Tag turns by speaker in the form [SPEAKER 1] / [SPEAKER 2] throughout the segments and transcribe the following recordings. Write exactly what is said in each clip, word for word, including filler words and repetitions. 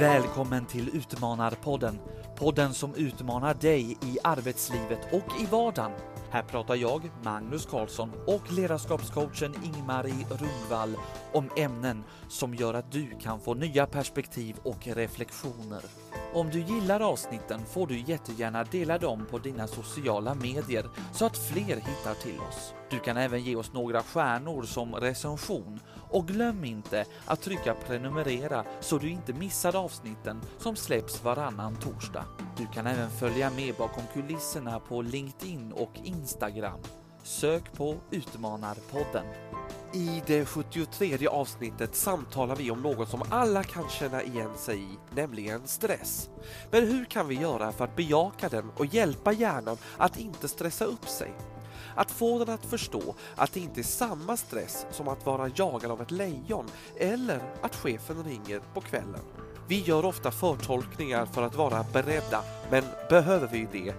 [SPEAKER 1] Välkommen till Utmanarpodden. Podden som utmanar dig i arbetslivet och i vardagen. Här pratar jag, Magnus Karlsson, och ledarskapscoachen Ingmarie Rundvall om ämnen som gör att du kan få nya perspektiv och reflektioner. Om du gillar avsnitten får du jättegärna dela dem på dina sociala medier så att fler hittar till oss. Du kan även ge oss några stjärnor som recension och glöm inte att trycka prenumerera så du inte missar avsnitten som släpps varannan torsdag. Du kan även följa med bakom kulisserna på LinkedIn och Instagram. Sök på Utmanarpodden.
[SPEAKER 2] I det sjuttiotredje avsnittet samtalar vi om något som alla kan känna igen sig i, nämligen stress. Men hur kan vi göra för att bejaka den och hjälpa hjärnan att inte stressa upp sig? Att få den att förstå att det inte är samma stress som att vara jagad av ett lejon eller att chefen ringer på kvällen. Vi gör ofta förtolkningar för att vara beredda, men behöver vi det?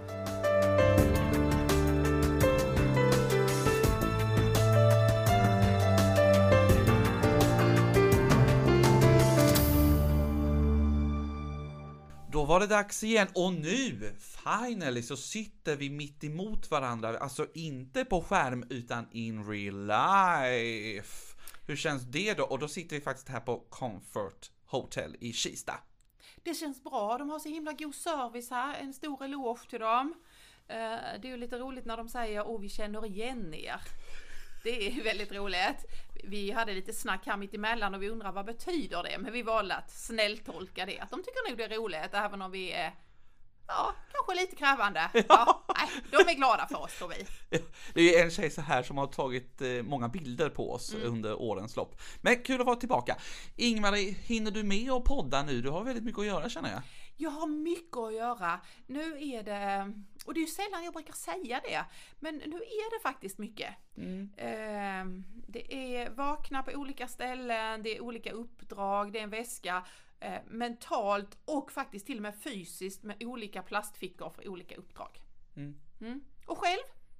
[SPEAKER 1] Då var det dags igen och nu, finally, så sitter vi mitt emot varandra. Alltså inte på skärm utan in real life. Hur känns det då? Och då sitter vi faktiskt här på Comfort Hotel i Kista.
[SPEAKER 3] Det känns bra, de har så himla god service här, en stor eloge till dem. Det är ju lite roligt när de säger, åh vi känner igen er. Det är väldigt roligt. Vi hade lite snack här mitt emellan och vi undrar vad betyder det. Men vi valde att snälltolka det. Att de tycker nog det är roligt även om vi är ja, kanske lite krävande. Ja, nej, de är glada för oss, tror vi.
[SPEAKER 1] Det är ju en tjej så här som har tagit många bilder på oss mm. under årens lopp. Men kul att vara tillbaka. Ingmarie, hinner du med och podda nu? Du har väldigt mycket att göra, känner jag.
[SPEAKER 3] Jag har mycket att göra. Nu är det, och det är ju sällan jag brukar säga det, men nu är det faktiskt mycket. Mm. Eh, det är vakna på olika ställen, det är olika uppdrag, det är en väska, eh, mentalt och faktiskt till och med fysiskt med olika plastfickor för olika uppdrag. Mm. Mm. Och själv?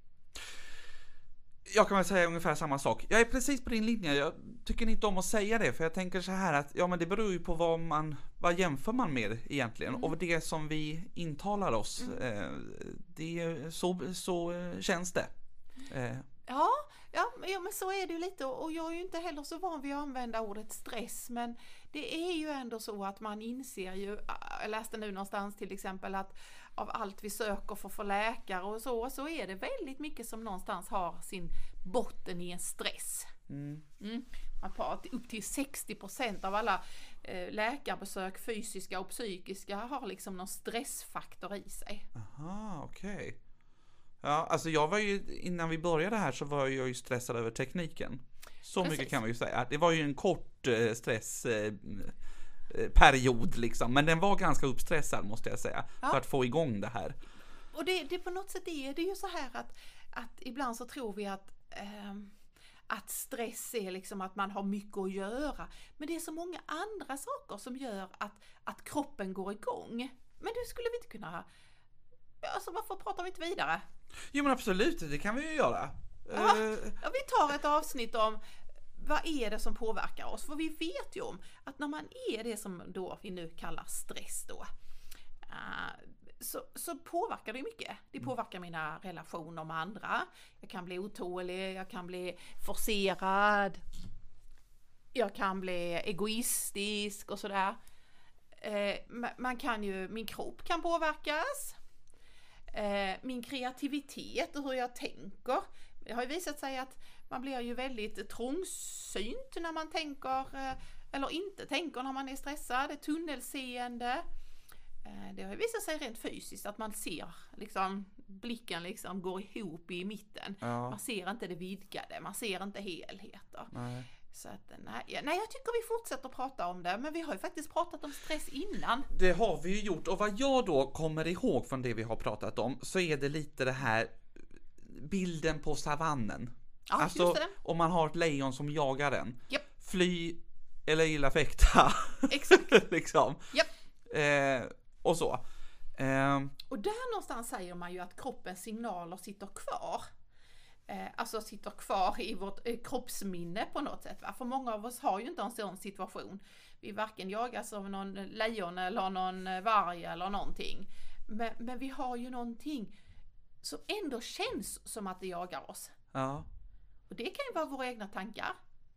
[SPEAKER 1] Jag kan väl säga ungefär samma sak. Jag är precis på din linje. Jag tycker inte om att säga det. För jag tänker så här att ja, men det beror ju på vad man vad jämför man med egentligen. Mm. Och det som vi intalar oss. Mm. Eh, det, så, så känns det. Eh.
[SPEAKER 3] Ja, ja, ja, men så är det ju lite. Och jag är ju inte heller så van vid att använda ordet stress. Men det är ju ändå så att man inser ju. Jag läste nu någonstans till exempel att av allt vi söker för, för läkare och så, så är det väldigt mycket som någonstans har sin botten i en stress. Mm. Mm. Man pratar upp till sextio procent av alla eh, läkarbesök, fysiska och psykiska, har liksom någon stressfaktor i sig.
[SPEAKER 1] Aha, okej. Okay. Ja, alltså jag var ju, innan vi började här så var jag ju stressad över tekniken. Så Precis. Mycket kan man ju säga. Det var ju en kort eh, stress... Eh, period liksom, men den var ganska uppstressad måste jag säga, ja. För att få igång det här.
[SPEAKER 3] Och det, det på något sätt är det ju så här att, att ibland så tror vi att eh, att stress är liksom att man har mycket att göra, men det är så många andra saker som gör att, att kroppen går igång. Men det skulle vi inte kunna, alltså varför pratar vi inte vidare?
[SPEAKER 1] Jo men absolut, det kan vi ju göra.
[SPEAKER 3] Ja, uh... ja, vi tar ett avsnitt om vad är det som påverkar oss? För vi vet ju om att när man är det som då vi nu kallar stress då, uh, så, så påverkar det mycket. Det påverkar mina relationer med andra. Jag kan bli otålig, jag kan bli forcerad, jag kan bli egoistisk och sådär. Uh, man kan ju, min kropp kan påverkas. Uh, min kreativitet och hur jag tänker. Det har ju visat sig att man blir ju väldigt trångsynt när man tänker, eller inte tänker när man är stressad. Det är tunnelseende. Det har ju visat sig rent fysiskt att man ser liksom, blicken liksom går ihop i mitten. Ja. Man ser inte det vidgade, man ser inte helheter. Nej. Så att, nej, nej, jag tycker vi fortsätter prata om det, men vi har ju faktiskt pratat om stress innan.
[SPEAKER 1] Det har vi ju gjort, och vad jag då kommer ihåg från det vi har pratat om så är det lite det här bilden på savannen. Ja, alltså om man har ett lejon som jagar den. Yep. Fly eller illa fäkta.
[SPEAKER 3] Exakt.
[SPEAKER 1] liksom.
[SPEAKER 3] Yep.
[SPEAKER 1] Eh, och så. Eh.
[SPEAKER 3] Och där någonstans säger man ju att kroppens signaler sitter kvar. eh, alltså sitter kvar i vårt eh, kroppsminne på något sätt. Va? För många av oss har ju inte en sån situation. Vi varken jagas av någon lejon eller någon varg eller någonting. Men, men vi har ju någonting som ändå känns som att det jagar oss.
[SPEAKER 1] Ja.
[SPEAKER 3] Och det kan ju vara våra egna tankar.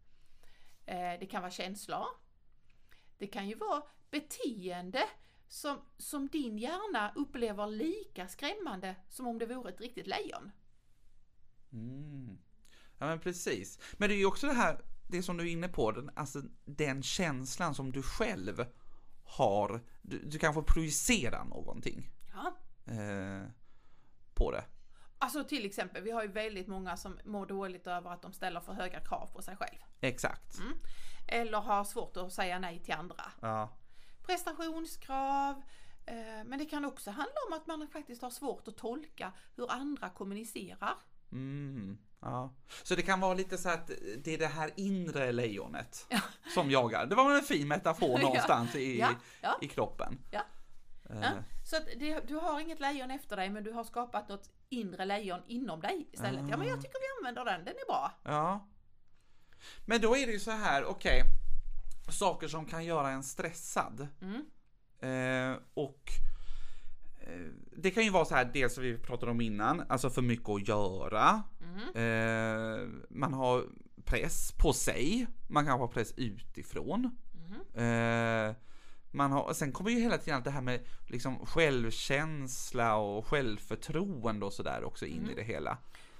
[SPEAKER 3] Eh, det kan vara känslor. Det kan ju vara beteende som, som din hjärna upplever lika skrämmande som om det vore ett riktigt lejon.
[SPEAKER 1] Mm. Ja, men precis. Men det är ju också det här, det som du är inne på, den, alltså den känslan som du själv har. Du, du kan få projicera någonting
[SPEAKER 3] Ja.
[SPEAKER 1] eh, på det.
[SPEAKER 3] Alltså till exempel, vi har ju väldigt många som mår dåligt över att de ställer för höga krav på sig själv.
[SPEAKER 1] Exakt.
[SPEAKER 3] Mm. Eller har svårt att säga nej till andra.
[SPEAKER 1] Ja.
[SPEAKER 3] Prestationskrav. Eh, men det kan också handla om att man faktiskt har svårt att tolka hur andra kommunicerar.
[SPEAKER 1] Mm, ja. Så det kan vara lite så att det är det här inre lejonet
[SPEAKER 3] Ja.
[SPEAKER 1] som jagar. Det var en fin metafor någonstans i,
[SPEAKER 3] Ja, ja.
[SPEAKER 1] i kroppen.
[SPEAKER 3] Ja.
[SPEAKER 1] Eh,
[SPEAKER 3] Ja. Så att det, du har inget lejon efter dig, men du har skapat något inre lejon inom dig istället.
[SPEAKER 1] Ah.
[SPEAKER 3] Ja, men jag tycker vi använder den, den är bra.
[SPEAKER 1] Ja. Men då är det ju så här, okej. Saker som kan göra en stressad.
[SPEAKER 3] Mm.
[SPEAKER 1] Eh, och eh, det kan ju vara så här, dels som vi pratade om innan, alltså för mycket att göra.
[SPEAKER 3] Mm.
[SPEAKER 1] Eh, man har press på sig, man kan ha press utifrån.
[SPEAKER 3] Mm.
[SPEAKER 1] Eh, man har, sen kommer ju hela tiden det här med liksom självkänsla och självförtroende och sådär också in
[SPEAKER 3] Mm.
[SPEAKER 1] i det hela.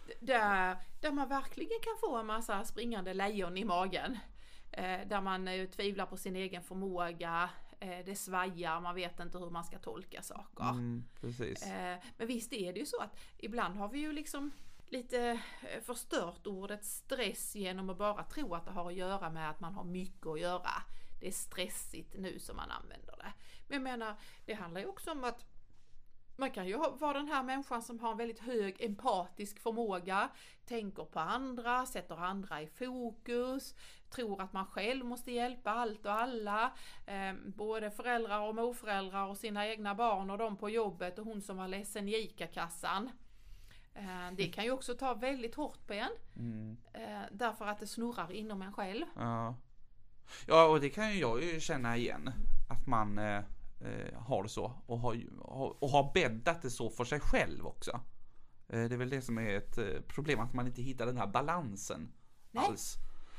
[SPEAKER 3] Där, där man verkligen kan få en massa springande lejon i magen. Eh, där man eh, tvivlar på sin egen förmåga. Eh, det svajar, man vet inte hur man ska tolka saker.
[SPEAKER 1] Mm, precis.
[SPEAKER 3] Eh, men visst är det ju så att ibland har vi ju liksom lite förstört ordet stress genom att bara tro att det har att göra med att man har mycket att göra. Det är stressigt nu som man använder det. Men jag menar, det handlar ju också om att man kan ju vara den här människan som har en väldigt hög empatisk förmåga, tänker på andra, sätter andra i fokus, tror att man själv måste hjälpa allt och alla, eh, både föräldrar och morföräldrar och sina egna barn och de på jobbet och hon som var ledsen i ICA-kassan. Eh, det kan ju också ta väldigt hårt på en,
[SPEAKER 1] Mm.
[SPEAKER 3] eh, därför att det snurrar inom en själv.
[SPEAKER 1] Ja. Ja, och det kan ju jag ju känna igen, att man eh, eh, har det så och har, och har bäddat det så för sig själv också. Eh, det är väl det som är ett eh, problem, att man inte hittar den här balansen.
[SPEAKER 3] Nej.
[SPEAKER 1] Alls.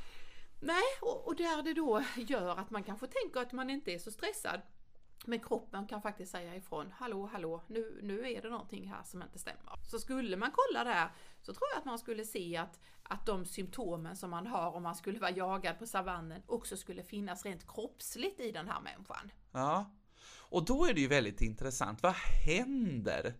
[SPEAKER 3] Nej, och, och där det då gör att man kanske tänker att man inte är så stressad. Men kroppen kan faktiskt säga ifrån, hallå, hallå, nu, nu är det någonting här som inte stämmer. Så skulle man kolla där så tror jag att man skulle se att, att de symptomen som man har om man skulle vara jagad på savannen också skulle finnas rent kroppsligt i den här människan.
[SPEAKER 1] Ja, och då är det ju väldigt intressant. Vad händer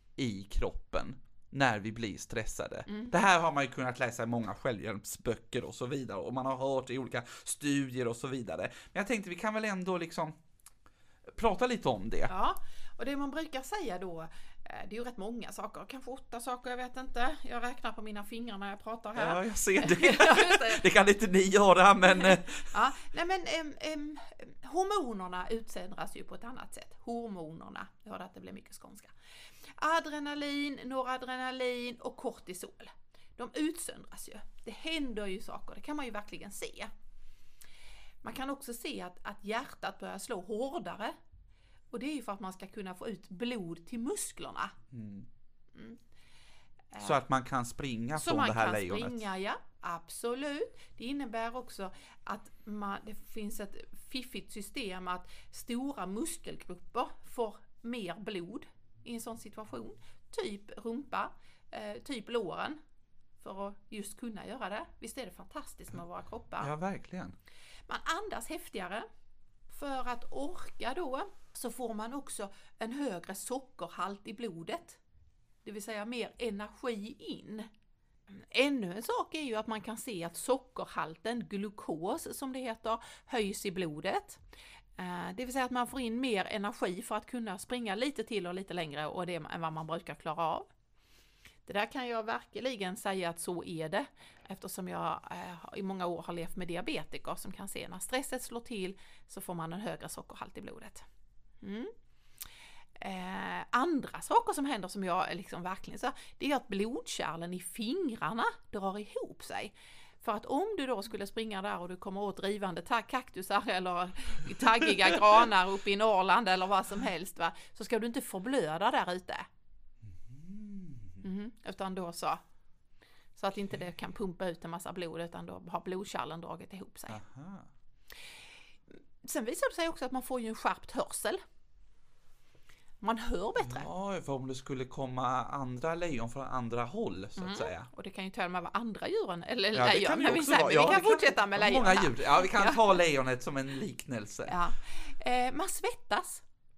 [SPEAKER 1] i kroppen när vi blir stressade?
[SPEAKER 3] Mm.
[SPEAKER 1] Det här har man ju kunnat läsa i många självhjälpsböcker och så vidare. Och man har hört i olika studier och så vidare. Men jag tänkte vi kan väl ändå liksom prata lite om det.
[SPEAKER 3] Ja, och det man brukar säga då, det är ju rätt många saker, kanske åtta saker, jag vet inte. Jag räknar på mina fingrar när jag pratar här.
[SPEAKER 1] Ja, jag ser det. Det kan inte ni göra, men...
[SPEAKER 3] Ja, nej men äm, äm, hormonerna utsöndras ju på ett annat sätt. Hormonerna, jag hörde att det blev mycket skånska. Adrenalin, noradrenalin och kortisol. De utsöndras ju. Det händer ju saker, det kan man ju verkligen se. Man kan också se att, att hjärtat börjar slå hårdare. Och det är ju för att man ska kunna få ut blod till musklerna.
[SPEAKER 1] Mm.
[SPEAKER 3] Mm.
[SPEAKER 1] Så att man kan springa
[SPEAKER 3] Så
[SPEAKER 1] från
[SPEAKER 3] man
[SPEAKER 1] det här
[SPEAKER 3] kan
[SPEAKER 1] lejonet.
[SPEAKER 3] springa, ja, absolut. Det innebär också att man, det finns ett fiffigt system att stora muskelgrupper får mer blod i en sån situation. Typ rumpa, eh, typ låren. För att just kunna göra det. Visst är det fantastiskt med våra kroppar.
[SPEAKER 1] Ja, verkligen.
[SPEAKER 3] Man andas häftigare. För att orka då så får man också en högre sockerhalt i blodet. Det vill säga mer energi in. Ännu en sak är ju att man kan se att sockerhalten, glukos som det heter, höjs i blodet. Det vill säga att man får in mer energi för att kunna springa lite till och lite längre och det än vad man brukar klara av. Det där kan jag verkligen säga att så är det, eftersom jag eh, i många år har levt med diabetiker som kan se när stresset slår till så får man en högre sockerhalt i blodet. Mm. Eh, andra saker som händer som jag liksom verkligen så, det är att blodkärlen i fingrarna drar ihop sig. För att om du då skulle springa där och du kommer åt drivande tag- kaktusar eller taggiga granar uppe i Norrland eller vad som helst, va, så ska du inte förblöda där ute. Mm, utan då så. Så att inte det kan pumpa ut en massa blod, utan då har blodkärlen dragit ihop sig.
[SPEAKER 1] Aha.
[SPEAKER 3] Sen visar det sig också att man får ju en skärpt hörsel. Man hör bättre.
[SPEAKER 1] Ja, för om det skulle komma andra lejon från andra håll så att
[SPEAKER 3] Mm.
[SPEAKER 1] säga.
[SPEAKER 3] Och det kan ju till och med vara andra djuren. Eller
[SPEAKER 1] Ja, det
[SPEAKER 3] lejon.
[SPEAKER 1] kan det
[SPEAKER 3] Men vi,
[SPEAKER 1] också
[SPEAKER 3] säger,
[SPEAKER 1] vara.
[SPEAKER 3] men
[SPEAKER 1] Ja,
[SPEAKER 3] vi kan
[SPEAKER 1] det kan-
[SPEAKER 3] fortsätta med lejon.
[SPEAKER 1] Många
[SPEAKER 3] här.
[SPEAKER 1] djur. Ja, vi kan
[SPEAKER 3] Ja.
[SPEAKER 1] ta lejonet som en liknelse.
[SPEAKER 3] Ja. Eh, man svettas.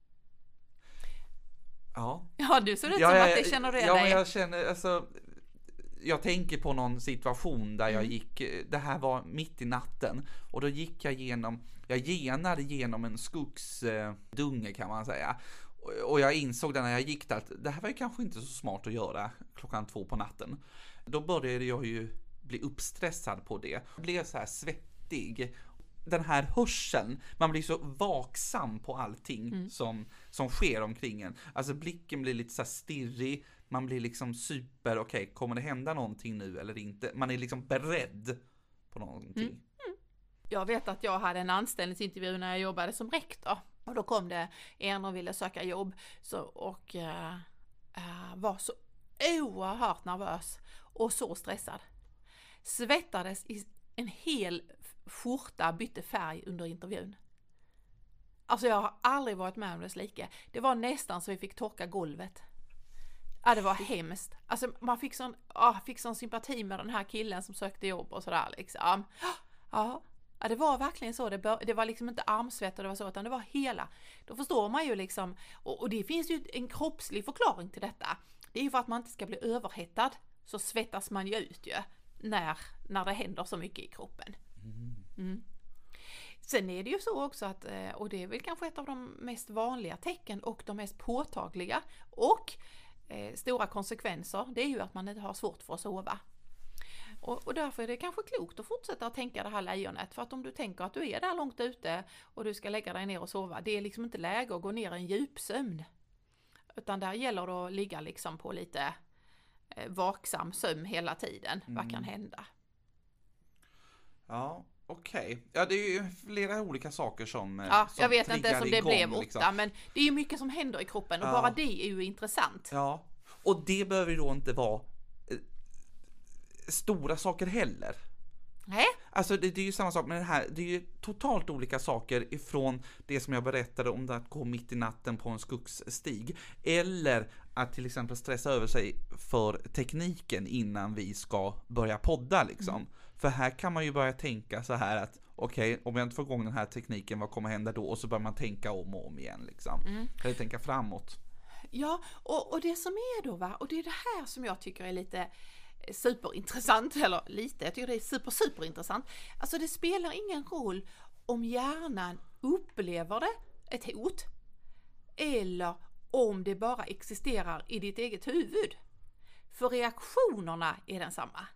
[SPEAKER 1] Ja.
[SPEAKER 3] Ja, du ser ut
[SPEAKER 1] Ja,
[SPEAKER 3] som
[SPEAKER 1] ja,
[SPEAKER 3] att det känner du
[SPEAKER 1] ja,
[SPEAKER 3] dig.
[SPEAKER 1] men jag känner, alltså, jag tänker på någon situation där jag
[SPEAKER 3] Mm.
[SPEAKER 1] gick, det här var mitt i natten, och då gick jag genom, jag genade genom en skogsdunge kan man säga. Och- Och jag insåg där när jag gick där att det här var ju kanske inte så smart att göra klockan två på natten. Då började jag ju bli uppstressad på det. Jag blev så här svettig. Den här hörseln, man blir så vaksam på allting
[SPEAKER 3] Mm.
[SPEAKER 1] som, som sker omkring en. Alltså blicken blir lite så här stirrig, man blir liksom super, okej, okay, kommer det hända någonting nu eller inte? Man är liksom beredd på någonting.
[SPEAKER 3] Mm. Jag vet att jag hade en anställningsintervju när jag jobbade som rektor. Och då kom det en och ville söka jobb så, och äh, äh, var så oerhört nervös och så stressad. Svettades i en hel skjorta, bytte färg under intervjun. Alltså jag har aldrig varit med om det like. Det var nästan så vi fick torka golvet. Ja, det var hemskt. Alltså man fick sån, åh, fick sån sympati med den här killen som sökte jobb och sådär liksom. Ja, ja det var verkligen så. Det, bör, det var liksom inte armsvett och det var så, utan det var hela. Då förstår man ju liksom, och, och det finns ju en kroppslig förklaring till detta. Det är ju för att man inte ska bli överhettad, så svettas man ju ut ju när, när det händer så mycket i kroppen. Mm. Sen är det ju så också att, och det är väl kanske ett av de mest vanliga tecken och de mest påtagliga och eh, stora konsekvenser, det är ju att man inte har svårt för att sova. Och, och därför är det kanske klokt att fortsätta att tänka det här lejonet, för att om du tänker att du är där långt ute och du ska lägga dig ner och sova, det är liksom inte läge att gå ner i en djupsömn, utan där gäller det att ligga liksom på lite eh, vaksam sömn hela tiden. Mm. Vad kan hända?
[SPEAKER 1] Ja, okej. Okay. Ja, det är ju flera olika saker som
[SPEAKER 3] Ja,
[SPEAKER 1] som
[SPEAKER 3] jag vet inte som det
[SPEAKER 1] igång,
[SPEAKER 3] blev åtta,
[SPEAKER 1] liksom.
[SPEAKER 3] men det är ju mycket som händer i kroppen och
[SPEAKER 1] Ja.
[SPEAKER 3] bara det är ju intressant.
[SPEAKER 1] Ja, och det behöver ju då inte vara eh, stora saker heller.
[SPEAKER 3] Nej.
[SPEAKER 1] Alltså det, det är ju samma sak med det här, det är ju totalt olika saker ifrån det som jag berättade om det att gå mitt i natten på en skogsstig, eller att till exempel stressa över sig för tekniken innan vi ska börja podda liksom. Mm. För här kan man ju börja tänka så här att okej, okay, om jag inte får igång den här tekniken, vad kommer hända då? Och så börjar man tänka om och om igen liksom. Mm. Eller tänka framåt.
[SPEAKER 3] Ja, och, och det som är då va, och det är det här som jag tycker är lite superintressant, eller lite, jag tycker det är super superintressant. Alltså det spelar ingen roll om hjärnan upplever det ett hot eller om det bara existerar i ditt eget huvud. För reaktionerna är densamma.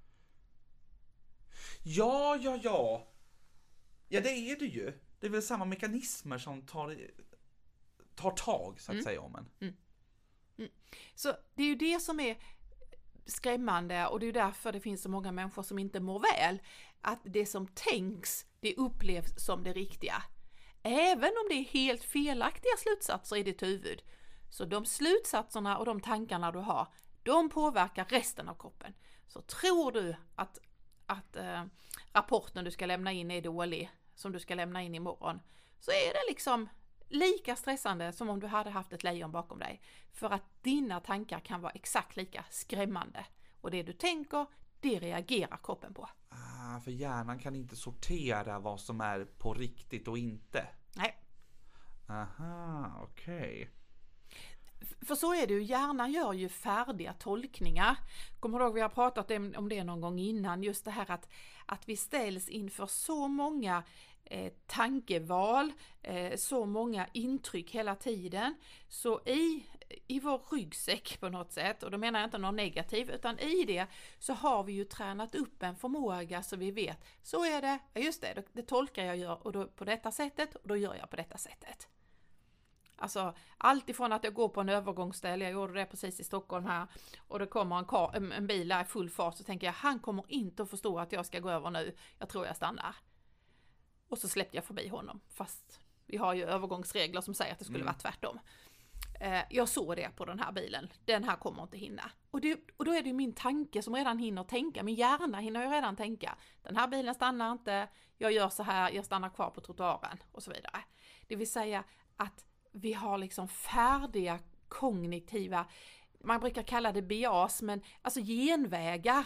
[SPEAKER 1] Ja, ja, ja. Ja, det är det ju. Det är väl samma mekanismer som tar, tar tag så att mm. säga om en.
[SPEAKER 3] Mm. Mm. Så det är ju det som är skrämmande, och det är därför det finns så många människor som inte mår väl, att det som tänks, det upplevs som det riktiga. Även om det är helt felaktiga slutsatser i ditt huvud, så de slutsatserna och de tankarna du har, de påverkar resten av kroppen. Så tror du att, att äh, rapporten du ska lämna in är dålig, som du ska lämna in imorgon, så är det liksom lika stressande som om du hade haft ett lejon bakom dig. För att dina tankar kan vara exakt lika skrämmande. Och det du tänker, det reagerar kroppen på.
[SPEAKER 1] Ah, för hjärnan kan inte sortera vad som är på riktigt och inte.
[SPEAKER 3] Nej.
[SPEAKER 1] Aha, okej. Okay.
[SPEAKER 3] För så är det ju, hjärnan gör ju färdiga tolkningar. Kommer du ihåg, vi har pratat om det någon gång innan, just det här att, att vi ställs inför så många Eh, tankeval, eh, så många intryck hela tiden, så i, i vår ryggsäck på något sätt, och då menar jag inte något negativt, utan i det så har vi ju tränat upp en förmåga så vi vet, så är det, ja just det, det, det tolkar jag gör och då, på detta sättet, och då gör jag på detta sättet. Alltså allt ifrån att jag går på en övergångsställe, jag gjorde det precis i Stockholm här, och det kommer en, kar, en, en bil där i full fart, så tänker jag, han kommer inte att förstå att jag ska gå över nu, jag tror jag stannar. Och så släppte jag förbi honom, fast vi har ju övergångsregler som säger att det skulle
[SPEAKER 1] Mm.
[SPEAKER 3] vara tvärtom. Eh, jag såg det på den här bilen, den här kommer inte hinna. Och, det, och då är det ju min tanke som redan hinner tänka, min hjärna hinner ju redan tänka, den här bilen stannar inte, jag gör så här, jag stannar kvar på trottoaren och så vidare. Det vill säga att vi har liksom färdiga kognitiva, man brukar kalla det bias, men alltså genvägar.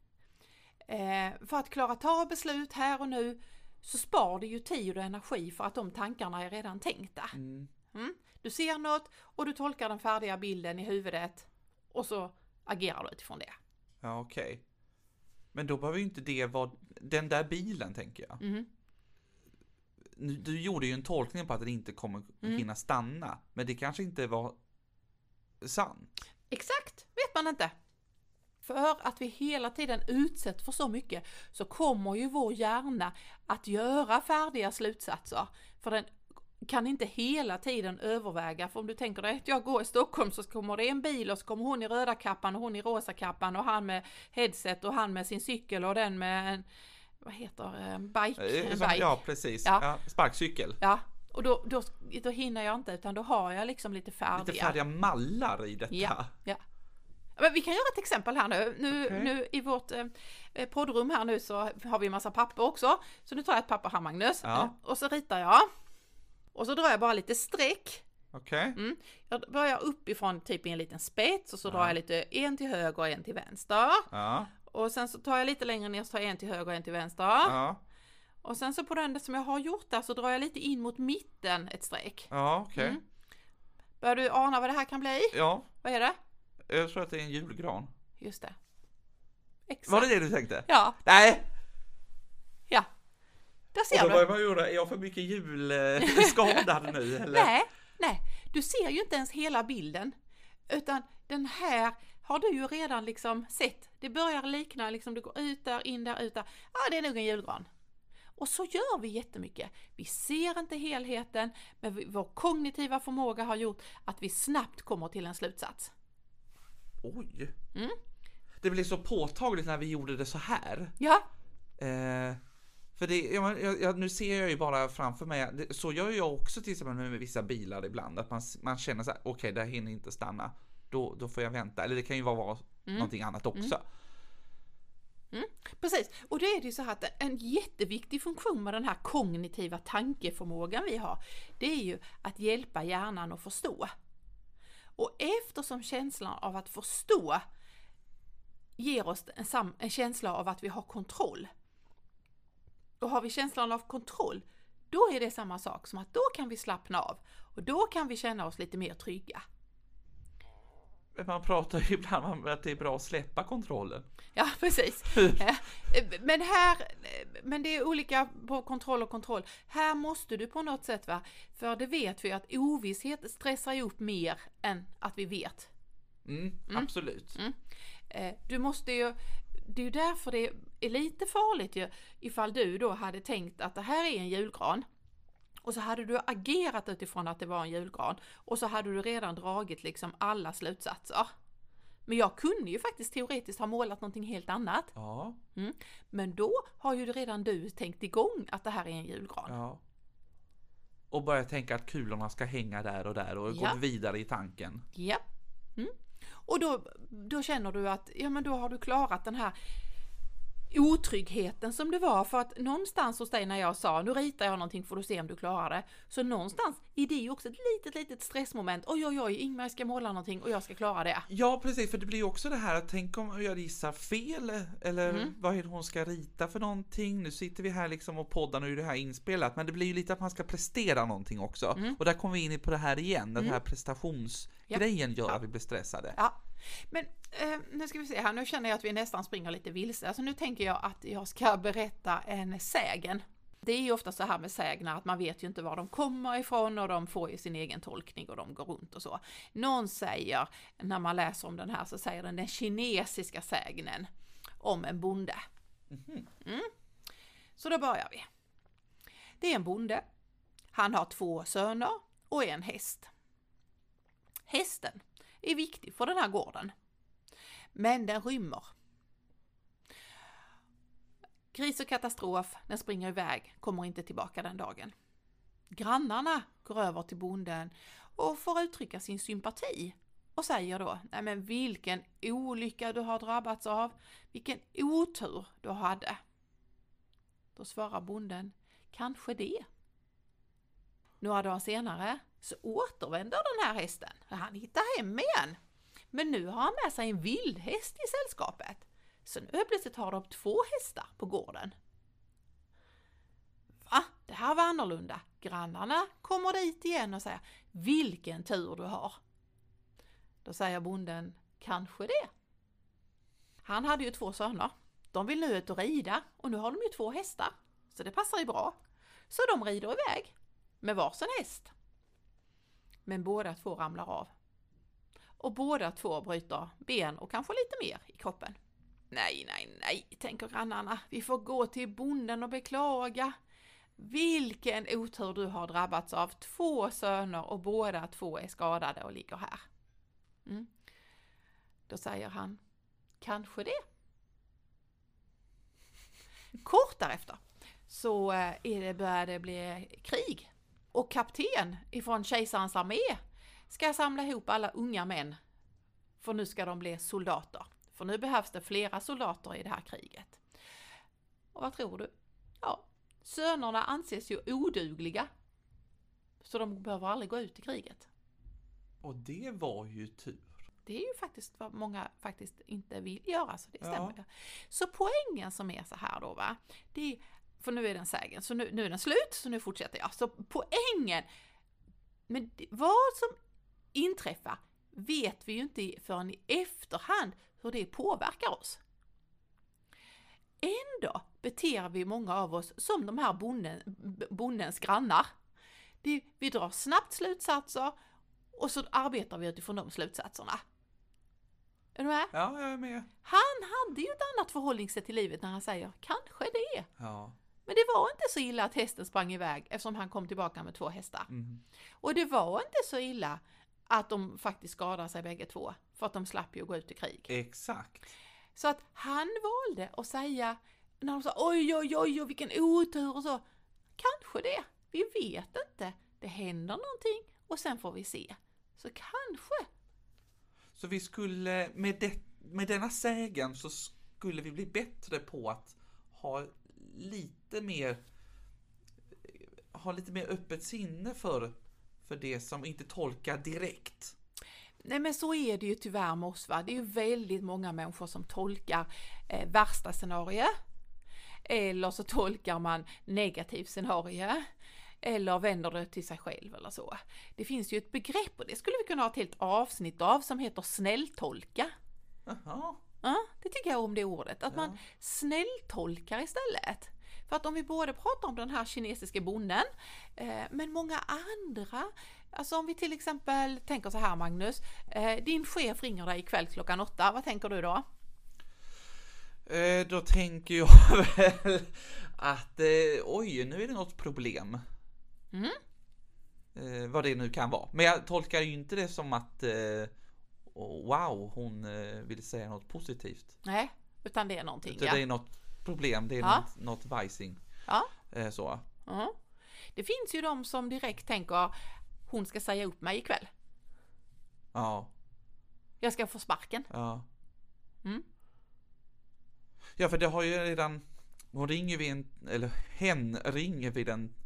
[SPEAKER 3] Eh, för att klara ta beslut här och nu så spar det ju tid och energi för att de tankarna är redan tänkta.
[SPEAKER 1] Mm.
[SPEAKER 3] Mm. Du ser något och du tolkar den färdiga bilden i huvudet och så agerar du utifrån det.
[SPEAKER 1] Ja, okej. Okay. Men då behöver ju inte det vara den där bilen, tänker jag.
[SPEAKER 3] Mm.
[SPEAKER 1] Du gjorde ju en tolkning på att den inte kommer
[SPEAKER 3] Mm.
[SPEAKER 1] hinna stanna. Men det kanske inte var sant.
[SPEAKER 3] Exakt, vet man inte. För att vi hela tiden utsätts för så mycket så kommer ju vår hjärna att göra färdiga slutsatser. För den kan inte hela tiden överväga. För om du tänker dig att jag går i Stockholm så kommer det en bil och så kommer hon i röda kappan och hon i rosa kappan och han med headset och han med sin cykel och den med en, vad heter en bike? En
[SPEAKER 1] Som,
[SPEAKER 3] bike.
[SPEAKER 1] ja, precis.
[SPEAKER 3] Ja.
[SPEAKER 1] Ja, sparkcykel.
[SPEAKER 3] Ja, och då, då, då hinner jag inte utan då har jag liksom lite färdiga.
[SPEAKER 1] Lite färdiga mallar i detta.
[SPEAKER 3] Ja, ja. Men vi kan göra ett exempel här nu. Nu,
[SPEAKER 1] Okay.
[SPEAKER 3] nu i vårt eh, poddrum här nu så har vi en massa papper också. Så nu tar jag ett papper här, Magnus.
[SPEAKER 1] Ja.
[SPEAKER 3] Och så ritar jag. Och så drar jag bara lite streck.
[SPEAKER 1] Okej. Okay.
[SPEAKER 3] Mm. Jag börjar uppifrån typ i en liten spets och så
[SPEAKER 1] Ja.
[SPEAKER 3] drar jag lite en till höger och en till vänster.
[SPEAKER 1] Ja.
[SPEAKER 3] Och sen så tar jag lite längre ner så tar jag en till höger och en till vänster.
[SPEAKER 1] Ja.
[SPEAKER 3] Och sen så på den som jag har gjort där så drar jag lite in mot mitten ett streck.
[SPEAKER 1] Ja, okej. Okay.
[SPEAKER 3] Mm. Börjar du ana vad det här kan bli?
[SPEAKER 1] Ja.
[SPEAKER 3] Vad är det?
[SPEAKER 1] Jag tror att det är en julgran.
[SPEAKER 3] Just det. Exakt.
[SPEAKER 1] Var det det du tänkte?
[SPEAKER 3] Ja.
[SPEAKER 1] Nej!
[SPEAKER 3] Ja. Där
[SPEAKER 1] Och
[SPEAKER 3] ser
[SPEAKER 1] då
[SPEAKER 3] du.
[SPEAKER 1] var jag gjorde, är jag för mycket julskadad nu eller?
[SPEAKER 3] Nej, nej. Du ser ju inte ens hela bilden. Utan den här har du ju redan liksom sett. Det börjar likna, liksom du går ut där, in där, ut där. Ja, det är nog en julgran. Och så gör vi jättemycket. Vi ser inte helheten, men vi, vår kognitiva förmåga har gjort att vi snabbt kommer till en slutsats.
[SPEAKER 1] Oj.
[SPEAKER 3] Mm.
[SPEAKER 1] Det blev så påtagligt när vi gjorde det så här.
[SPEAKER 3] Ja.
[SPEAKER 1] Eh, för det, jag, jag, nu ser jag ju bara framför mig, det, så gör jag också till exempel med, med vissa bilar ibland, att man, man känner så här, okej, okay, där hinner inte stanna, då, då får jag vänta, eller det kan ju vara, vara mm. någonting annat också.
[SPEAKER 3] Mm. Mm, precis, och då är det ju så här att en jätteviktig funktion med den här kognitiva tankeförmågan vi har, det är ju att hjälpa hjärnan att förstå. Och eftersom känslan av att förstå ger oss en, sam- en känsla av att vi har kontroll. Och har vi känslan av kontroll, då är det samma sak som att då kan vi slappna av. Och då kan vi känna oss lite mer trygga.
[SPEAKER 1] Man pratar ju ibland om att det är bra att släppa kontrollen.
[SPEAKER 3] Ja, precis. Men här, men det är olika på kontroll och kontroll. Här måste du på något sätt, va? För det vet vi att ovisshet stressar upp mer än att vi vet.
[SPEAKER 1] Mm,
[SPEAKER 3] Mm.
[SPEAKER 1] absolut.
[SPEAKER 3] Mm. Du måste ju, det är ju därför det är lite farligt ju, ifall du då hade tänkt att det här är en julgran. Och så hade du agerat utifrån att det var en julgran. Och så hade du redan dragit liksom alla slutsatser. Men jag kunde ju faktiskt teoretiskt ha målat någonting helt annat.
[SPEAKER 1] Ja.
[SPEAKER 3] Mm. Men då har ju redan du tänkt igång att det här är en julgran.
[SPEAKER 1] Ja. Och börja tänka att kulorna ska hänga där och där och
[SPEAKER 3] Ja.
[SPEAKER 1] gå vidare i tanken.
[SPEAKER 3] Ja. Mm. Och då, då känner du att ja, men då har du klarat den här otryggheten som det var, för att någonstans hos dig när jag sa nu ritar jag någonting för att se om du klarar det, så någonstans är det ju också ett litet litet stressmoment. Oj oj oj, Ingmar ska måla någonting och jag ska klara det.
[SPEAKER 1] Ja, precis, för det blir ju också det här att tänk om jag gissar fel eller
[SPEAKER 3] Mm.
[SPEAKER 1] vad är det hon ska rita för någonting. Nu sitter vi här liksom och poddar, nu är det här inspelat, men det blir ju lite att man ska prestera någonting också.
[SPEAKER 3] Mm.
[SPEAKER 1] Och där kommer vi in på det här igen, den
[SPEAKER 3] Mm.
[SPEAKER 1] här prestationsgrejen gör
[SPEAKER 3] Ja.
[SPEAKER 1] att vi blir stressade.
[SPEAKER 3] Ja, men eh, nu ska vi se här, nu känner jag att vi nästan springer lite vilse. Alltså nu tänker jag att jag ska berätta en sägen. Det är ju ofta så här med sägner att man vet ju inte var de kommer ifrån och de får ju sin egen tolkning och de går runt och så. Någon säger, när man läser om den här så säger den den kinesiska sägnen om en bonde.
[SPEAKER 1] Mhm.
[SPEAKER 3] Mm. Så då börjar vi. Det är en bonde. Han har två söner och en häst. Hästen är viktig för den här gården. Men den rymmer. Kris och katastrof, den springer iväg, kommer inte tillbaka den dagen. Grannarna går över till bonden och får uttrycka sin sympati och säger då, nej men vilken olycka du har drabbats av, vilken otur du hade. Då svarar bonden, kanske det. Några dagar senare så återvänder den här hästen. Han hittar hem igen. Men nu har han med sig en vildhäst i sällskapet. Så nu plötsligt har de två hästar på gården. Va? Det här var annorlunda. Grannarna kommer dit igen och säger, vilken tur du har. Då säger bonden, kanske det. Han hade ju två söner. De vill nu ut och rida och nu har de ju två hästar. Så det passar ju bra. Så de rider iväg med varsin häst. Men båda två ramlar av. Och båda två bryter ben och kanske lite mer i kroppen. Nej, nej, nej, tänker grannarna. Vi får gå till bonden och beklaga. Vilken otur du har drabbats av. Två söner och båda två är skadade och ligger här. Mm. Då säger han, kanske det. Kort därefter så är det, börjar det bli krig. Och kapten ifrån kejsarens armé ska samla ihop alla unga män. För nu ska de bli soldater. För nu behövs det flera soldater i det här kriget. Och vad tror du? Ja, sönerna anses ju odugliga. Så de behöver aldrig gå ut i kriget.
[SPEAKER 1] Och det var ju tur.
[SPEAKER 3] Det är ju faktiskt vad många faktiskt inte vill göra, så det stämmer.
[SPEAKER 1] Ja.
[SPEAKER 3] Så poängen som är så här då, va? Det är, för nu är den sägen, så nu, nu är den slut, så nu fortsätter jag. Så poängen, men det, vad som inträffar vet vi ju inte förrän i efterhand hur det påverkar oss. Ändå beter vi många av oss som de här bonden, bondens grannar. Det, vi drar snabbt slutsatser och så arbetar vi utifrån de slutsatserna. Är du med?
[SPEAKER 1] Ja, jag är med.
[SPEAKER 3] Han hade ju ett annat förhållningssätt till livet när han säger, kanske det.
[SPEAKER 1] Ja.
[SPEAKER 3] Men det var inte så illa att hästen sprang iväg eftersom han kom tillbaka med två hästar.
[SPEAKER 1] Mm.
[SPEAKER 3] Och det var inte så illa att de faktiskt skadade sig bägge två för att de slapp ju gå ut i krig.
[SPEAKER 1] Exakt.
[SPEAKER 3] Så att han valde att säga, när de sa oj oj oj oj vilken otur och så, kanske det, vi vet inte, det händer någonting och sen får vi se. Så kanske.
[SPEAKER 1] Så vi skulle, med, det, med denna sägen så skulle vi bli bättre på att ha lite mer ha lite mer öppet sinne för, för det som inte tolkar direkt.
[SPEAKER 3] Nej, men så är det ju tyvärr med oss, va? Det är ju väldigt många människor som tolkar eh, värsta scenario. Eller så tolkar man negativ scenario. Eller vänder det till sig själv eller så. Det finns ju ett begrepp och det skulle vi kunna ha ett helt avsnitt av som heter snälltolka.
[SPEAKER 1] Jaha.
[SPEAKER 3] Ja, det tycker jag om det ordet. Att
[SPEAKER 1] Ja.
[SPEAKER 3] man snälltolkar istället. För att om vi både pratar om den här kinesiska bonden, eh, men många andra, alltså om vi till exempel tänker så här, Magnus, eh, din chef ringer dig ikväll klockan åtta, vad tänker du då?
[SPEAKER 1] Eh, då tänker jag väl att eh, oj, nu är det något problem.
[SPEAKER 3] Mm.
[SPEAKER 1] Eh, vad det nu kan vara. Men jag tolkar ju inte det som att eh, oh, wow, hon eh, vill säga något positivt.
[SPEAKER 3] Nej, utan det är någonting.
[SPEAKER 1] Utan
[SPEAKER 3] Ja.
[SPEAKER 1] det är något problem, det är
[SPEAKER 3] Ja.
[SPEAKER 1] något, något vajsing.
[SPEAKER 3] Ja.
[SPEAKER 1] Eh, så.
[SPEAKER 3] Mm. Det finns ju de som direkt tänker, hon ska säga upp mig ikväll.
[SPEAKER 1] Ja.
[SPEAKER 3] Jag ska få sparken.
[SPEAKER 1] Ja.
[SPEAKER 3] Mm.
[SPEAKER 1] Ja, för det har ju redan, hon ringer vid en, eller hen ringer vid en,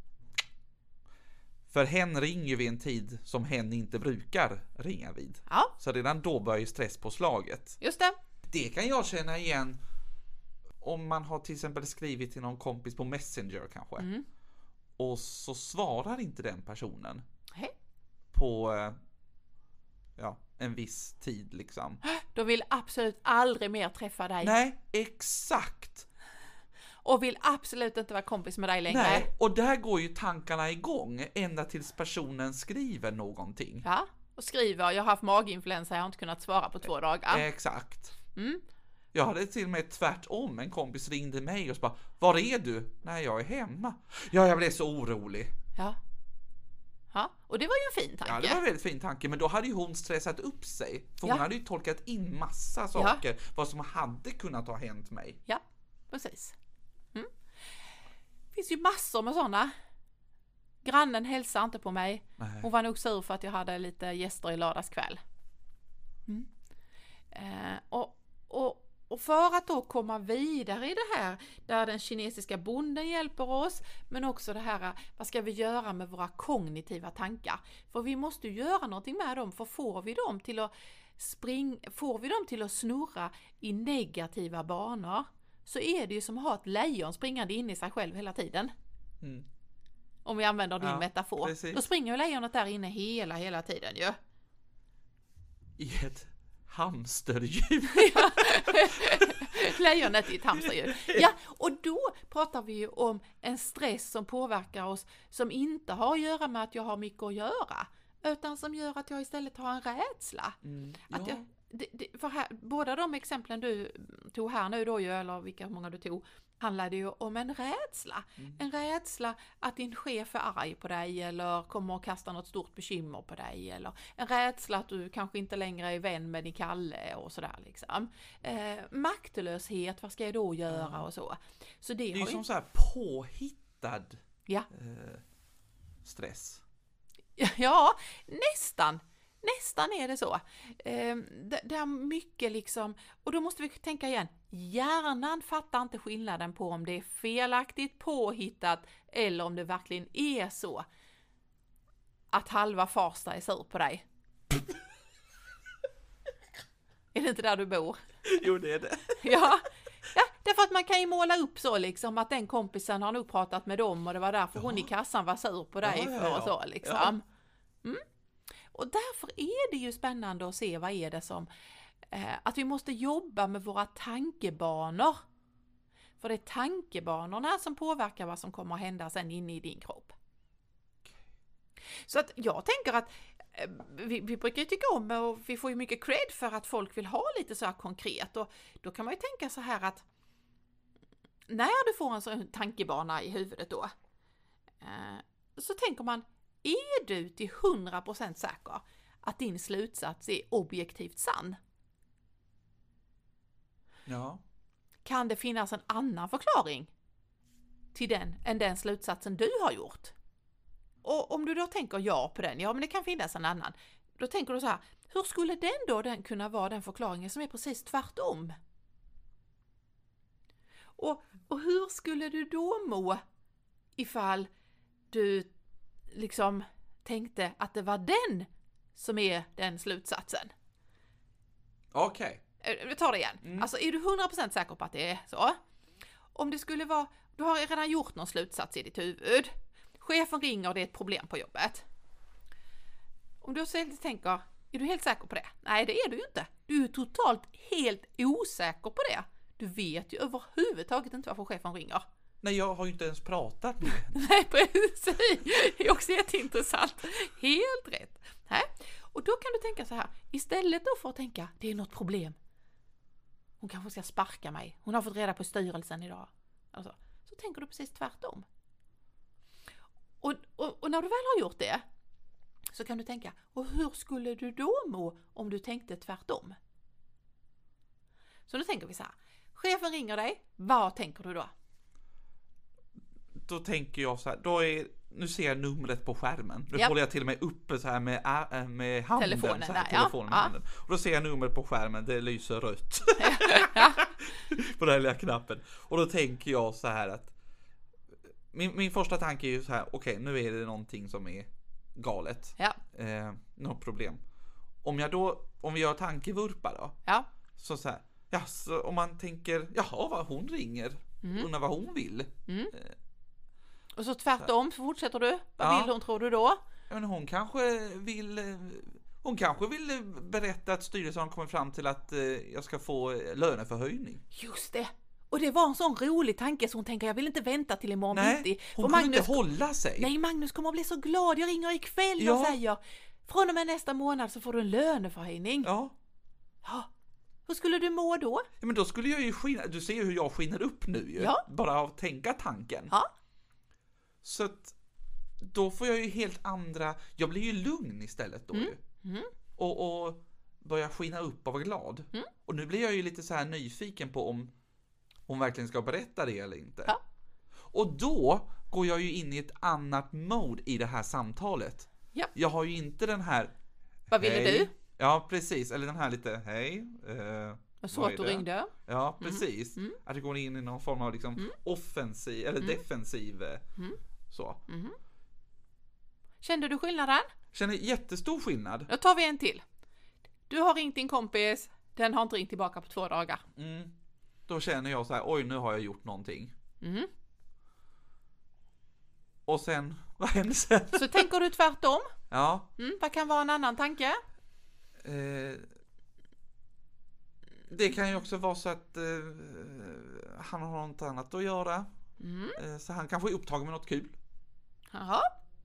[SPEAKER 1] för hen ringer vid en tid som hen inte brukar ringa vid.
[SPEAKER 3] Ja,
[SPEAKER 1] Så redan då börjar ju stresspåslaget.
[SPEAKER 3] just det.
[SPEAKER 1] Det kan jag känna igen om man har till exempel skrivit till någon kompis på Messenger kanske.
[SPEAKER 3] Mm.
[SPEAKER 1] Och så svarar inte den personen
[SPEAKER 3] Hej.
[SPEAKER 1] på eh, ja, en viss tid liksom.
[SPEAKER 3] De vill absolut aldrig mer träffa dig.
[SPEAKER 1] Nej, exakt.
[SPEAKER 3] Och vill absolut inte vara kompis med dig längre.
[SPEAKER 1] Nej, och där går ju tankarna igång ända tills personen skriver någonting.
[SPEAKER 3] Ja, och skriver, jag har haft maginfluensa, jag har inte kunnat svara på två dagar.
[SPEAKER 1] Exakt.
[SPEAKER 3] Mm.
[SPEAKER 1] Jag hade till och med tvärtom, en kompis ringde mig och så bara, var är du? Nej, jag är hemma. Ja, jag blev så orolig.
[SPEAKER 3] Ja. Ja, och det var ju en fin tanke.
[SPEAKER 1] Ja, det var en väldigt fin tanke, men då hade ju hon stressat upp sig. För hon
[SPEAKER 3] Ja.
[SPEAKER 1] hade ju tolkat in massa saker, ja. vad som hade kunnat ha hänt mig.
[SPEAKER 3] Ja, precis. Mm. Det finns ju massor med sådana. Grannen hälsade inte på mig.
[SPEAKER 1] Nej.
[SPEAKER 3] Hon var nog sur för att jag hade lite gäster i lördagskväll. Mm. Eh, och, och, och för att då komma vidare i det här, där den kinesiska bonden hjälper oss, men också det här, vad ska vi göra med våra kognitiva tankar? För vi måste ju göra någonting med dem, för får vi dem till att spring, får vi dem till att snurra i negativa banor, så är det ju som att ha ett lejon springande in i sig själv hela tiden. Mm. Om vi använder din ja, metafor. Precis. Då springer ju lejonet där inne hela, hela tiden ju.
[SPEAKER 1] I ett hamsterdjur.
[SPEAKER 3] Ja. Lejonet i ett hamsterdjur. Ja, och då pratar vi ju om en stress som påverkar oss, som inte har att göra med att jag har mycket att göra, utan som gör att jag istället har en rädsla. Mm, ja. Att jag, det, det, för här, båda de exemplen du tog här nu då, eller vilka många du tog, handlade ju om en rädsla. Mm. En rädsla att din chef är arg på dig eller kommer att kasta något stort bekymmer på dig. Eller en rädsla att du kanske inte längre är vän med din Kalle och sådär liksom. Eh, maktlöshet, vad ska jag då göra mm. och så. Så det,
[SPEAKER 1] det är ju
[SPEAKER 3] ju
[SPEAKER 1] som så här påhittad
[SPEAKER 3] ja.
[SPEAKER 1] eh, stress.
[SPEAKER 3] Ja, nästan. Nästan är det så. Eh, det, det är mycket liksom, och då måste vi tänka igen. Hjärnan fattar inte skillnaden på om det är felaktigt påhittat eller om det verkligen är så att halva Farsta är sur på dig. Är det inte där du bor?
[SPEAKER 1] Jo, det är det.
[SPEAKER 3] Ja. Ja, därför att man kan ju måla upp så liksom att den kompisen har nog pratat med dem och det var därför ja. hon i kassan var sur på dig ja, ja, för och så liksom. Ja. Mm. Och därför är det ju spännande att se vad är det som, eh, att vi måste jobba med våra tankebanor. För det är tankebanorna som påverkar vad som kommer att hända sen inne i din kropp. Så att jag tänker att eh, vi, vi brukar ju tycka om, och vi får ju mycket cred för att folk vill ha lite så här konkret. Och då kan man ju tänka så här att när du får en sån tankebana i huvudet då, eh, så tänker man, är du till hundra procent säker att din slutsats är objektivt sann?
[SPEAKER 1] Ja.
[SPEAKER 3] Kan det finnas en annan förklaring till den än den slutsatsen du har gjort? Och om du då tänker ja på den, ja men det kan finnas en annan. Då tänker du så här, hur skulle den då den kunna vara den förklaringen som är precis tvärtom? Och, och hur skulle du då må ifall du liksom tänkte att det var den som är den slutsatsen?
[SPEAKER 1] Okej.
[SPEAKER 3] Okay. Vi tar det igen. Mm. Alltså är du hundra procent säker på att det är så? Om det skulle vara, du har redan gjort någon slutsats i ditt huvud. Chefen ringer och det är ett problem på jobbet. Om du så tänker, är du helt säker på det? Nej, det är du ju inte. Du är totalt helt osäker på det. Du vet ju överhuvudtaget inte varför chefen ringer.
[SPEAKER 1] Nej, jag har ju inte ens pratat med henne.
[SPEAKER 3] Nej, precis. Det är också jätteintressant. Helt rätt. Här. Och då kan du tänka så här. Istället då för att tänka, det är något problem. Hon kanske ska sparka mig. Hon har fått reda på styrelsen idag. Alltså, så tänker du precis tvärtom. Och, och, och när du väl har gjort det, så kan du tänka, och hur skulle du då må om du tänkte tvärtom? Så nu tänker vi så här. Chefen ringer dig. Vad tänker du då?
[SPEAKER 1] Då tänker jag så här, då är, nu ser jag numret på skärmen. Nu yep. håller jag till och med uppe så här med, äh, med handen.
[SPEAKER 3] Telefonen,
[SPEAKER 1] så här,
[SPEAKER 3] där,
[SPEAKER 1] telefonen
[SPEAKER 3] ja.
[SPEAKER 1] med handen. Och då ser jag numret på skärmen, det lyser rött. På den här lilla knappen. Och då tänker jag så här att min, min första tanke är ju så här, okej, okay, nu är det någonting som är galet.
[SPEAKER 3] Ja.
[SPEAKER 1] Eh, något problem. Om jag då, om vi gör tankevurpa då.
[SPEAKER 3] Ja.
[SPEAKER 1] Så så här, ja, så om man tänker, jaha, vad hon ringer. Mm. Undrar vad hon vill.
[SPEAKER 3] Mm. Eh, Och så tvärtom, så fortsätter du. Vad ja. vill hon, tror du då?
[SPEAKER 1] Men hon kanske vill Hon kanske vill berätta att styrelsen har kommit fram till att eh, jag ska få löneförhöjning.
[SPEAKER 3] Just det. Och det var en sån rolig tanke så hon tänker, jag vill inte vänta till imorgon
[SPEAKER 1] Nej,
[SPEAKER 3] bitti.
[SPEAKER 1] hon kommer Magnus, inte hålla sig.
[SPEAKER 3] Nej, Magnus kommer att bli så glad. Jag ringer ikväll ja. och säger, från och med nästa månad så får du en löneförhöjning.
[SPEAKER 1] Ja.
[SPEAKER 3] Ja. Hur skulle du må då?
[SPEAKER 1] Ja, men då skulle jag ju skina, du ser ju hur jag skiner upp nu ju.
[SPEAKER 3] Ja.
[SPEAKER 1] Bara av att tänka tanken.
[SPEAKER 3] Ja.
[SPEAKER 1] Så att då får jag ju helt andra, jag blir ju lugn istället då
[SPEAKER 3] Mm.
[SPEAKER 1] ju.
[SPEAKER 3] Mm.
[SPEAKER 1] Och, och börjar skina upp och vara glad.
[SPEAKER 3] Mm.
[SPEAKER 1] Och nu blir jag ju lite så här nyfiken på om hon verkligen ska berätta det eller inte.
[SPEAKER 3] Ja.
[SPEAKER 1] Och då går jag ju in i ett annat mode i det här samtalet.
[SPEAKER 3] Ja.
[SPEAKER 1] Jag har ju inte den här
[SPEAKER 3] Vad ville
[SPEAKER 1] hej.
[SPEAKER 3] du?
[SPEAKER 1] Ja, precis. Eller den här lite hej. Eh,
[SPEAKER 3] Jag såg
[SPEAKER 1] vad
[SPEAKER 3] att
[SPEAKER 1] är
[SPEAKER 3] du
[SPEAKER 1] det?
[SPEAKER 3] ringde.
[SPEAKER 1] Ja, precis.
[SPEAKER 3] Mm.
[SPEAKER 1] Att det går in i någon form av liksom
[SPEAKER 3] Mm.
[SPEAKER 1] offensiv eller
[SPEAKER 3] Mm.
[SPEAKER 1] defensiv eh,
[SPEAKER 3] Mm.
[SPEAKER 1] så.
[SPEAKER 3] Mm. Kände du skillnaden?
[SPEAKER 1] Känner jättestor skillnad.
[SPEAKER 3] Då tar vi en till. Du har ringt din kompis, den har inte ringt tillbaka på två dagar.
[SPEAKER 1] Mm. Då känner jag så här, oj nu har jag gjort någonting.
[SPEAKER 3] Mm.
[SPEAKER 1] Och sen, vad händer sen?
[SPEAKER 3] Så tänker du tvärtom?
[SPEAKER 1] Ja.
[SPEAKER 3] Mm. Vad kan vara en annan tanke?
[SPEAKER 1] Eh, det kan ju också vara så att eh, han har något annat att göra.
[SPEAKER 3] Mm.
[SPEAKER 1] Eh, så han kanske är upptagen med något kul.
[SPEAKER 3] Jaha.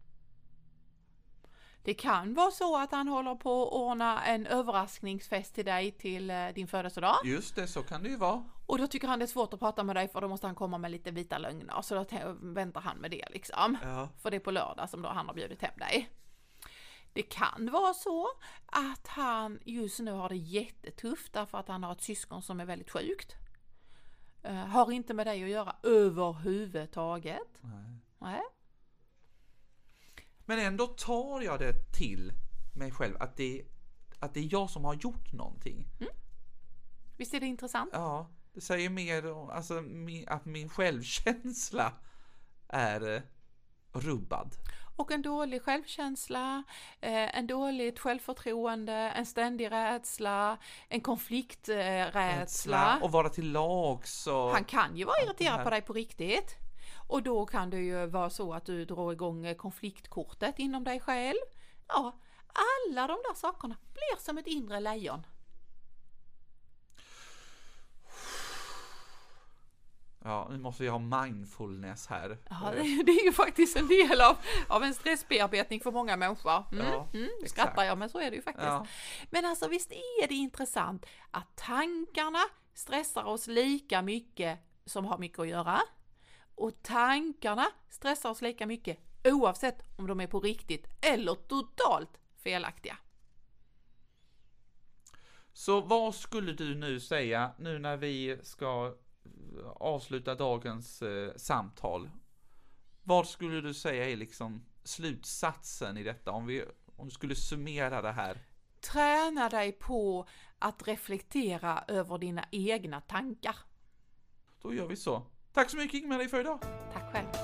[SPEAKER 3] Det kan vara så att han håller på att ordna en överraskningsfest till dig till eh, din födelsedag.
[SPEAKER 1] Just det, så kan det ju vara.
[SPEAKER 3] Och då tycker han det är svårt att prata med dig för då måste han komma med lite vita lögner. Så då te- väntar han med det liksom.
[SPEAKER 1] Ja.
[SPEAKER 3] För det är på lördag som då han har bjudit hem dig. Det kan vara så att han just nu har det jättetufft därför att han har ett syskon som är väldigt sjukt. Uh, har inte med dig att göra överhuvudtaget.
[SPEAKER 1] Nej.
[SPEAKER 3] Nej.
[SPEAKER 1] Men ändå tar jag det till mig själv att det, att det är jag som har gjort någonting.
[SPEAKER 3] Visst är det intressant?
[SPEAKER 1] Ja, det säger mer om alltså, min, att min självkänsla är eh, rubbad.
[SPEAKER 3] Och en dålig självkänsla, eh, en dåligt självförtroende, en ständig rädsla, en konflikträdsla.
[SPEAKER 1] Och vara till lags. Och...
[SPEAKER 3] Han kan ju vara irriterad
[SPEAKER 1] här-
[SPEAKER 3] på dig på riktigt. Och då kan det ju vara så att du drar igång eh, konfliktkortet inom dig själv. Ja, alla de där sakerna blir som ett inre lejon.
[SPEAKER 1] Ja, nu måste vi ha mindfulness här.
[SPEAKER 3] Ja, det, det är ju faktiskt en del av, av en stressbearbetning för många människor. Mm,
[SPEAKER 1] Ja,
[SPEAKER 3] mm,
[SPEAKER 1] exakt.
[SPEAKER 3] skrattar jag, men så är det ju faktiskt.
[SPEAKER 1] Ja.
[SPEAKER 3] Men alltså visst är det intressant att tankarna stressar oss lika mycket som har mycket att göra. Och tankarna stressar oss lika mycket oavsett om de är på riktigt eller totalt felaktiga.
[SPEAKER 1] Så vad skulle du nu säga nu när vi ska avsluta dagens eh, samtal? Vad skulle du säga är liksom slutsatsen i detta om vi om du skulle summera det här?
[SPEAKER 3] Träna dig på att reflektera över dina egna tankar.
[SPEAKER 1] Då gör vi så. Tack så mycket Ingmarie för idag.
[SPEAKER 3] Tack själv.